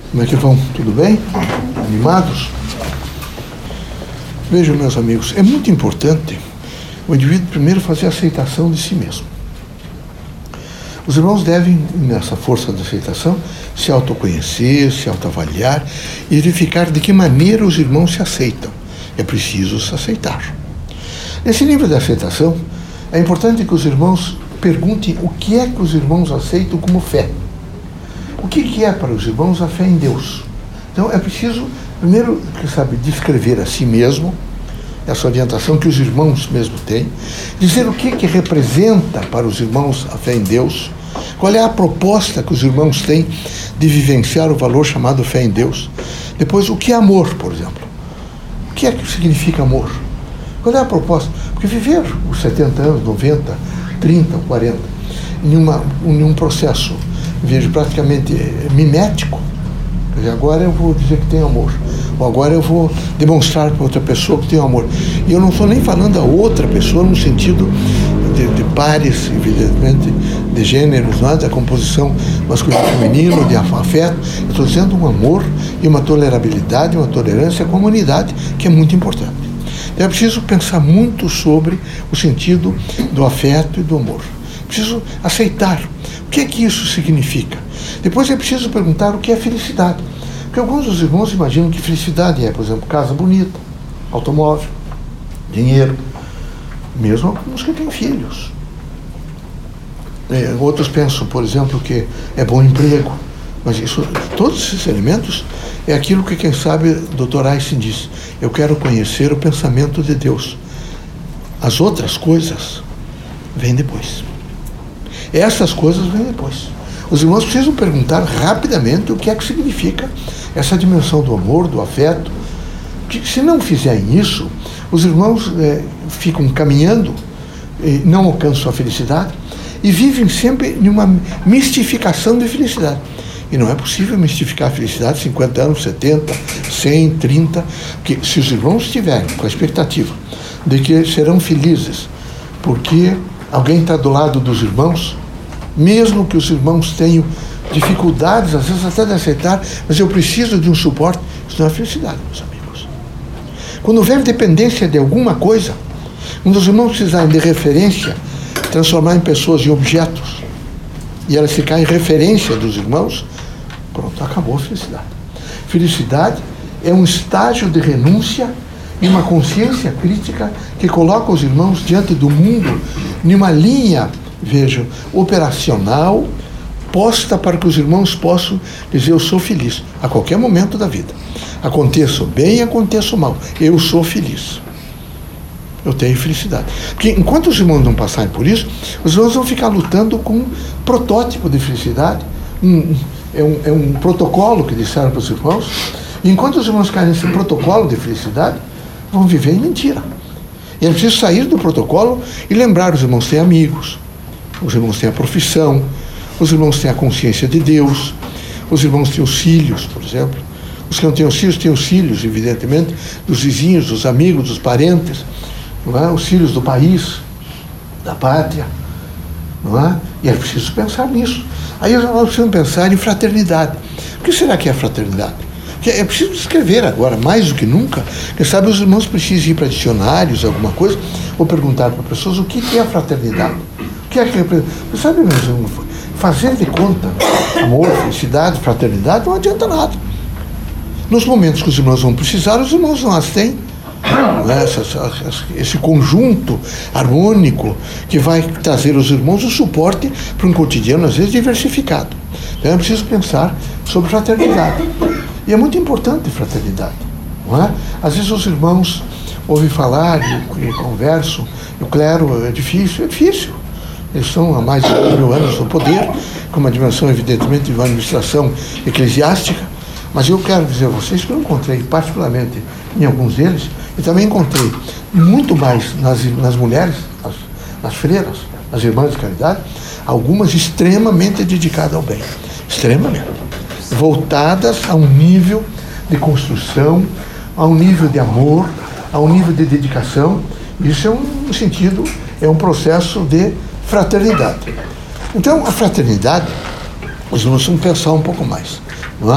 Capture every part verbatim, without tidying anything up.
Como é que vão? Tudo bem? Animados? Vejam, meus amigos, é muito importante o indivíduo primeiro fazer a aceitação de si mesmo. Os irmãos devem, nessa força de aceitação, se autoconhecer, se autoavaliar e verificar de que maneira os irmãos se aceitam. É preciso se aceitar. Nesse nível de aceitação, é importante que os irmãos perguntem o que é que os irmãos aceitam como fé. O que, que é para os irmãos a fé em Deus? Então é preciso, primeiro, que sabe, descrever a si mesmo, essa orientação que os irmãos mesmo têm, dizer o que, que representa para os irmãos a fé em Deus, qual é a proposta que os irmãos têm de vivenciar o valor chamado fé em Deus. Depois, o que é amor, por exemplo? O que é que significa amor? Qual é a proposta? Porque viver os setenta anos, noventa, trinta, quarenta, em, uma, em um processo, vejo, praticamente mimético, quer dizer, agora eu vou dizer que tenho amor, ou agora eu vou demonstrar para outra pessoa que tenho amor. E eu não estou nem falando a outra pessoa no sentido de, de pares, evidentemente, de gêneros, não é? Da composição masculino e feminino, de afeto. Eu estou dizendo um amor e uma tolerabilidade, uma tolerância à comunidade, que é muito importante. Então é preciso pensar muito sobre o sentido do afeto e do amor. É preciso aceitar o que é que isso significa. Depois é preciso perguntar o que é felicidade. Porque alguns dos irmãos imaginam que felicidade é, por exemplo, casa bonita, automóvel, dinheiro, mesmo alguns que têm filhos. É, outros pensam, por exemplo, que é bom emprego. Mas isso, todos esses elementos é aquilo que, quem sabe, doutor Einstein diz: eu quero conhecer o pensamento de Deus. As outras coisas vêm depois. Essas coisas vêm depois. Os irmãos precisam perguntar rapidamente o que é que significa essa dimensão do amor, do afeto. Porque se não fizerem isso, os irmãos é, ficam caminhando, não alcançam a felicidade e vivem sempre em uma mistificação de felicidade. E não é possível mistificar a felicidade cinquenta anos, setenta, cem, trinta, porque se os irmãos estiverem com a expectativa de que serão felizes porque alguém está do lado dos irmãos, mesmo que os irmãos tenham dificuldades, às vezes até de aceitar, mas eu preciso de um suporte, isso não é felicidade, meus amigos. Quando houver dependência de alguma coisa, quando os irmãos precisarem de referência, transformar em pessoas em objetos, e elas ficarem em referência dos irmãos, pronto, acabou a felicidade. Felicidade é um estágio de renúncia e uma consciência crítica que coloca os irmãos diante do mundo em uma linha, vejam, operacional, posta para que os irmãos possam dizer: eu sou feliz, a qualquer momento da vida. Aconteça o bem, aconteça o mal, eu sou feliz. Eu tenho felicidade. Porque enquanto os irmãos não passarem por isso, os irmãos vão ficar lutando com um protótipo de felicidade, um, é, um, é um protocolo que disseram para os irmãos, e enquanto os irmãos caem nesse protocolo de felicidade, vão viver em mentira. E é preciso sair do protocolo e lembrar: os irmãos têm amigos, os irmãos têm a profissão, os irmãos têm a consciência de Deus, os irmãos têm os filhos, por exemplo. Os que não têm os filhos têm os filhos, evidentemente, dos vizinhos, dos amigos, dos parentes, não é? Os filhos do país, da pátria, não é? E é preciso pensar nisso. Aí nós precisamos pensar em fraternidade. O que será que é fraternidade? Porque é preciso escrever agora, mais do que nunca. Quem sabe os irmãos precisam ir para dicionários, alguma coisa, ou perguntar para pessoas o que é fraternidade. O que é que representa? Você sabe, meus irmãos, fazer de conta amor, felicidade, fraternidade não adianta nada. Nos momentos que os irmãos vão precisar, os irmãos não as têm. Esse conjunto harmônico que vai trazer aos irmãos o suporte para um cotidiano, às vezes, diversificado. Então é preciso pensar sobre fraternidade. E é muito importante fraternidade, não é? Às vezes os irmãos ouvem falar e, e conversam, e o clero é difícil, é difícil. Eles estão há mais de dois mil anos no poder, com uma dimensão, evidentemente, de uma administração eclesiástica, mas eu quero dizer a vocês que eu encontrei, particularmente em alguns deles, e também encontrei muito mais nas, nas mulheres, nas, nas freiras, nas irmãs de caridade, algumas extremamente dedicadas ao bem, extremamente, voltadas a um nível de construção, a um nível de amor, a um nível de dedicação. Isso é um sentido, é um processo de fraternidade. Então, a fraternidade, nós vamos pensar um pouco mais, não é?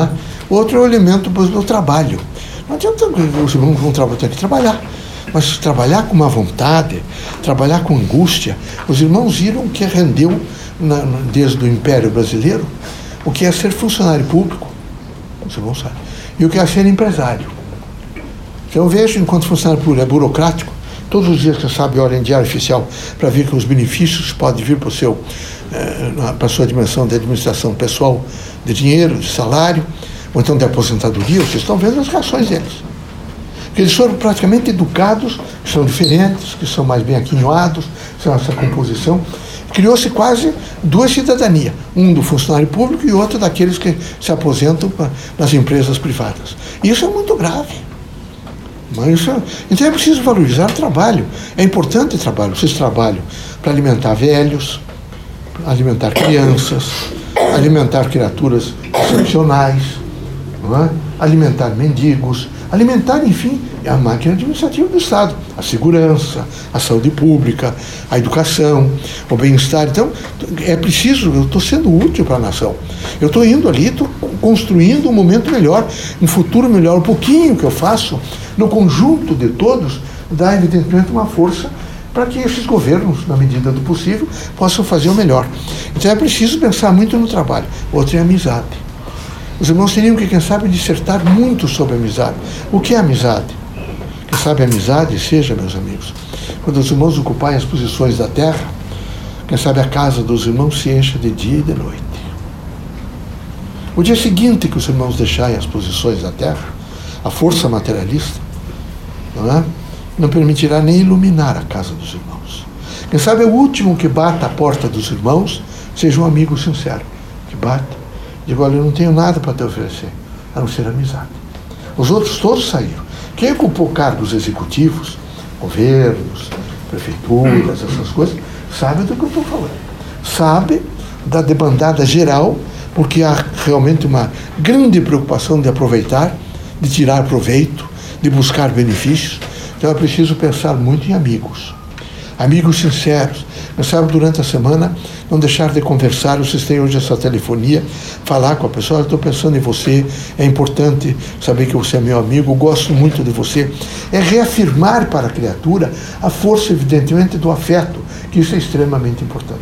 Outro é o elemento do trabalho. Não adianta os irmãos vão trabalhar, tem que trabalhar. Mas trabalhar com uma vontade, trabalhar com angústia. Os irmãos viram o que rendeu na, desde o Império Brasileiro, o que é ser funcionário público, os irmãos sabem, e o que é ser empresário. Então eu vejo, enquanto funcionário público é burocrático, todos os dias que você sabe, olha em diário oficial para ver que os benefícios podem vir para o seu, eh, para a sua dimensão de administração pessoal, de dinheiro, de salário, ou então de aposentadoria. Vocês estão vendo as reações deles. Porque eles foram praticamente educados, que são diferentes, que são mais bem aquinhoados, são essa composição. Criou-se quase duas cidadanias, um do funcionário público e outro daqueles que se aposentam nas empresas privadas. Isso é muito grave. Mas isso, então é preciso valorizar o trabalho. É importante o trabalho. Vocês trabalham para alimentar velhos, alimentar crianças, alimentar criaturas excepcionais, não é? Alimentar mendigos, alimentar, enfim, a máquina administrativa do Estado, a segurança, a saúde pública, a educação, o bem-estar. Então, é preciso, eu estou sendo útil para a nação. Eu estou indo ali, estou construindo um momento melhor, um futuro melhor. Um pouquinho que eu faço, no conjunto de todos, dá, evidentemente, uma força para que esses governos, na medida do possível, possam fazer o melhor. Então, é preciso pensar muito no trabalho. Outro é a amizade. Os irmãos teriam que, quem sabe, dissertar muito sobre a amizade. O que é amizade? Quem sabe a amizade seja, meus amigos, quando os irmãos ocuparem as posições da terra, quem sabe a casa dos irmãos se encha de dia e de noite. O dia seguinte que os irmãos deixarem as posições da terra, a força materialista, não é? Não permitirá nem iluminar a casa dos irmãos. Quem sabe o último que bata a porta dos irmãos seja um amigo sincero, que bata. Digo, olha, eu não tenho nada para te oferecer, a não ser amizade. Os outros todos saíram. Quem ocupou cargos executivos, governos, prefeituras, essas coisas, sabe do que eu estou falando. Sabe da debandada geral, porque há realmente uma grande preocupação de aproveitar, de tirar proveito, de buscar benefícios. Então é preciso pensar muito em amigos. Amigos sinceros. Quem sabe durante a semana não deixar de conversar. Vocês têm hoje essa telefonia, falar com a pessoa, estou pensando em você, é importante saber que você é meu amigo, gosto muito de você. É reafirmar para a criatura a força, evidentemente, do afeto, que isso é extremamente importante.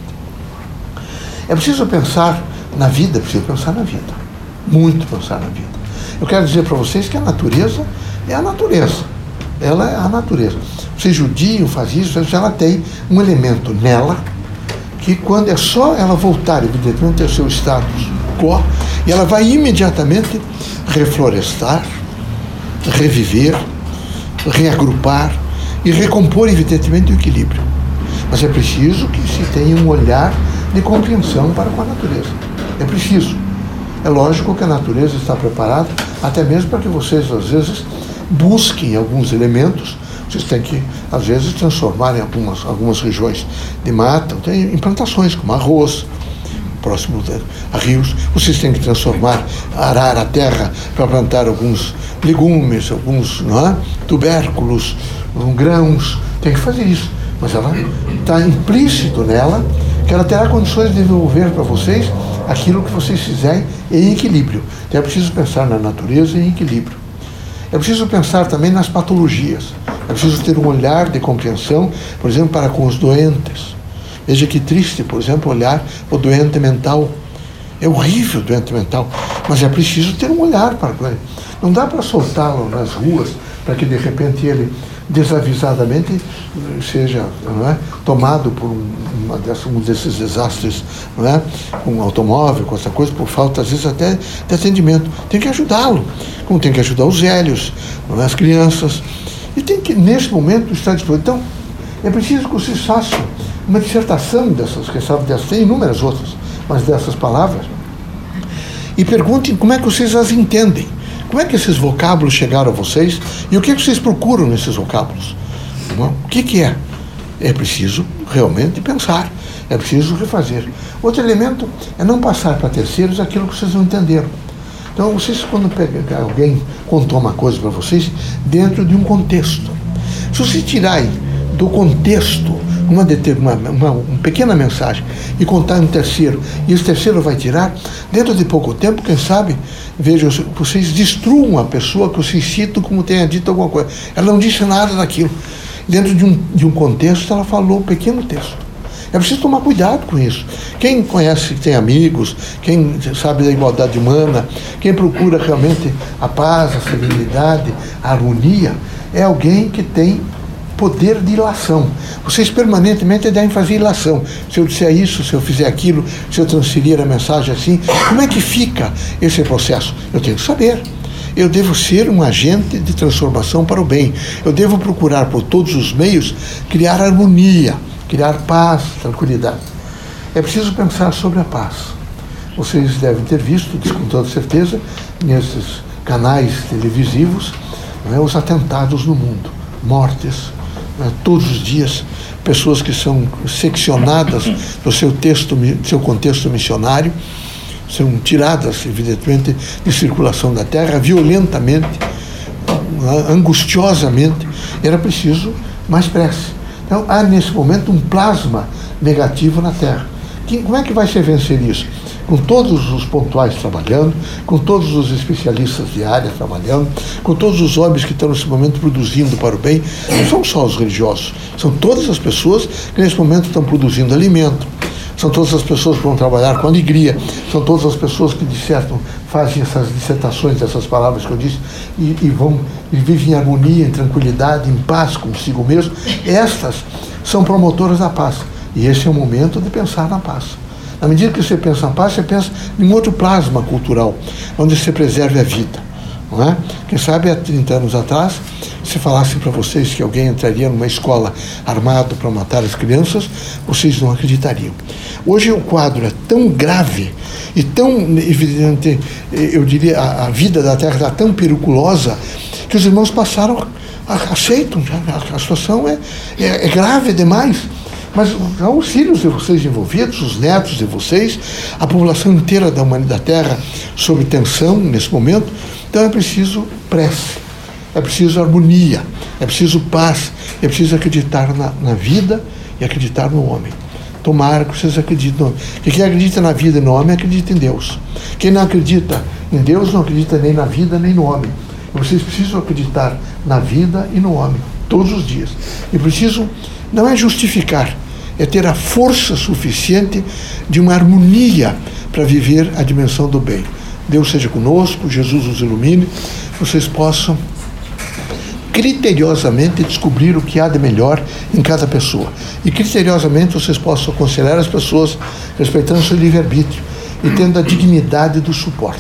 É preciso pensar na vida, é preciso pensar na vida, muito pensar na vida. Eu quero dizer para vocês que a natureza é a natureza, ela é a natureza. Vocês judiam, fazem isso, ela tem um elemento nela, que quando é só ela voltar, evidentemente, ao seu status quo, e ela vai imediatamente reflorestar, reviver, reagrupar e recompor, evidentemente, o equilíbrio. Mas é preciso que se tenha um olhar de compreensão para com a natureza. É preciso. É lógico que a natureza está preparada, até mesmo para que vocês, às vezes, busquem alguns elementos. Vocês têm que, às vezes, transformar em algumas, algumas regiões de mata, tem implantações como arroz, próximo a rios. Vocês têm que transformar, arar a terra para plantar alguns legumes, alguns, não é? tubérculos, grãos. Tem que fazer isso. Mas ela está implícito nela que ela terá condições de devolver para vocês aquilo que vocês fizerem em equilíbrio. Então é preciso pensar na natureza em equilíbrio. É preciso pensar também nas patologias. É preciso ter um olhar de compreensão, por exemplo, para com os doentes. Veja que triste, por exemplo, olhar o doente mental. É horrível o doente mental, mas é preciso ter um olhar para ele. Não dá para soltá-lo nas ruas para que, de repente, ele desavisadamente seja, não é, tomado por um, uma dessas, um desses desastres, não é, com um automóvel, com essa coisa, por falta, às vezes, até de atendimento. Tem que ajudá-lo, como tem que ajudar os velhos, não é, as crianças. E tem que, nesse momento, estar disponível. Então, é preciso que vocês façam uma dissertação dessas, quem sabe dessas, tem inúmeras outras, mas dessas palavras, e perguntem como é que vocês as entendem. Como é que esses vocábulos chegaram a vocês e o que é que vocês procuram nesses vocábulos? O que que é? É preciso realmente pensar, é preciso refazer. Outro elemento é não passar para terceiros aquilo que vocês não entenderam. Então, vocês, quando pegam, alguém contou uma coisa para vocês, dentro de um contexto. Se vocês tirarem do contexto uma, uma, uma, uma pequena mensagem e contar um terceiro, e esse terceiro vai tirar, dentro de pouco tempo, quem sabe, vejam, vocês destruam a pessoa que vocês citam como tenha dito alguma coisa. Ela não disse nada daquilo. Dentro de um, de um contexto, ela falou um pequeno texto. É preciso tomar cuidado com isso. Quem conhece, tem amigos, quem sabe da igualdade humana, quem procura realmente a paz, a serenidade, a harmonia, é alguém que tem poder de ilação. Vocês permanentemente devem fazer ilação. Se eu disser isso, se eu fizer aquilo, se eu transferir a mensagem assim, como é que fica esse processo? Eu tenho que saber. Eu devo ser um agente de transformação para o bem. Eu devo procurar por todos os meios criar harmonia, criar paz, tranquilidade. É preciso pensar sobre a paz. Vocês devem ter visto, com toda certeza, nesses canais televisivos, né, os atentados no mundo, mortes, né, todos os dias, pessoas que são seccionadas do seu, texto, do seu contexto missionário, são tiradas, evidentemente, de circulação da terra, violentamente, angustiosamente. Era preciso mais prece. Então, há nesse momento um plasma negativo na terra. Que, como é que vai se vencer isso? Com todos os pontuais trabalhando, com todos os especialistas de área trabalhando, com todos os homens que estão nesse momento produzindo para o bem. Não são só os religiosos, são todas as pessoas que nesse momento estão produzindo alimento. São todas as pessoas que vão trabalhar com alegria, são todas as pessoas que dissertam, fazem essas dissertações dessas palavras que eu disse, e, e vão e vivem em harmonia, em tranquilidade, em paz consigo mesmo. Estas são promotoras da paz. E esse é o momento de pensar na paz. Na medida que você pensa na paz, você pensa em outro plasma cultural, onde se preserve a vida. Não é? Quem sabe há trinta anos atrás, se falasse para vocês que alguém entraria numa escola armado para matar as crianças, vocês não acreditariam. Hoje o quadro é tão grave e tão evidente, eu diria, a, a vida da Terra está tão periculosa, que os irmãos passaram, a, aceitam, a, a situação é, é, é grave demais. Mas há os filhos de vocês envolvidos, os netos de vocês, a população inteira da humanidade da Terra sob tensão nesse momento. Então é preciso prece, é preciso harmonia, é preciso paz, é preciso acreditar na, na vida e acreditar no homem. Tomara que vocês acreditem no homem. Porque quem acredita na vida e no homem, acredita em Deus. Quem não acredita em Deus, não acredita nem na vida nem no homem. Vocês precisam acreditar na vida e no homem, todos os dias. E preciso, não é justificar, é ter a força suficiente de uma harmonia para viver a dimensão do bem. Deus seja conosco, Jesus os ilumine, vocês possam criteriosamente descobrir o que há de melhor em cada pessoa. E criteriosamente vocês possam aconselhar as pessoas respeitando seu livre-arbítrio e tendo a dignidade do suporte.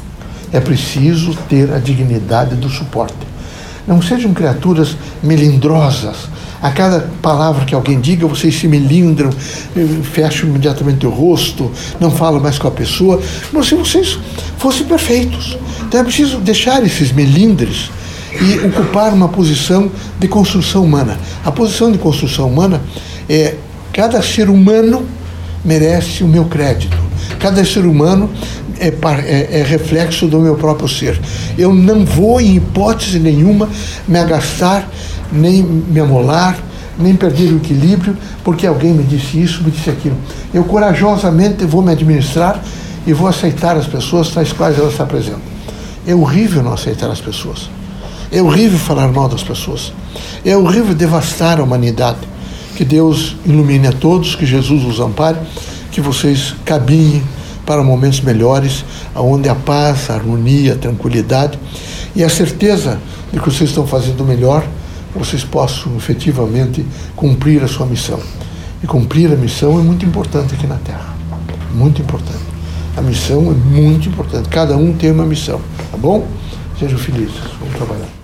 É preciso ter a dignidade do suporte. Não sejam criaturas melindrosas. A cada palavra que alguém diga, vocês se melindram, fecham imediatamente o rosto, não falam mais com a pessoa, como se vocês fossem perfeitos. Então é preciso deixar esses melindres e ocupar uma posição de construção humana. A posição de construção humana é: cada ser humano merece o meu crédito. Cada ser humano é, é, é reflexo do meu próprio ser. Eu não vou, em hipótese nenhuma, me agastar, nem me amolar, nem perder o equilíbrio, porque alguém me disse isso, me disse aquilo. Eu corajosamente vou me administrar e vou aceitar as pessoas tais quais elas se apresentam. É horrível não aceitar as pessoas. É horrível falar mal das pessoas. É horrível devastar a humanidade. Que Deus ilumine a todos, que Jesus os ampare, que vocês caminhem para momentos melhores, onde a paz, a harmonia, a tranquilidade e a certeza de que vocês estão fazendo o melhor, vocês possam efetivamente cumprir a sua missão. E cumprir a missão é muito importante aqui na Terra. Muito importante. A missão é muito importante. Cada um tem uma missão. Tá bom? Sejam felizes. Vamos trabalhar.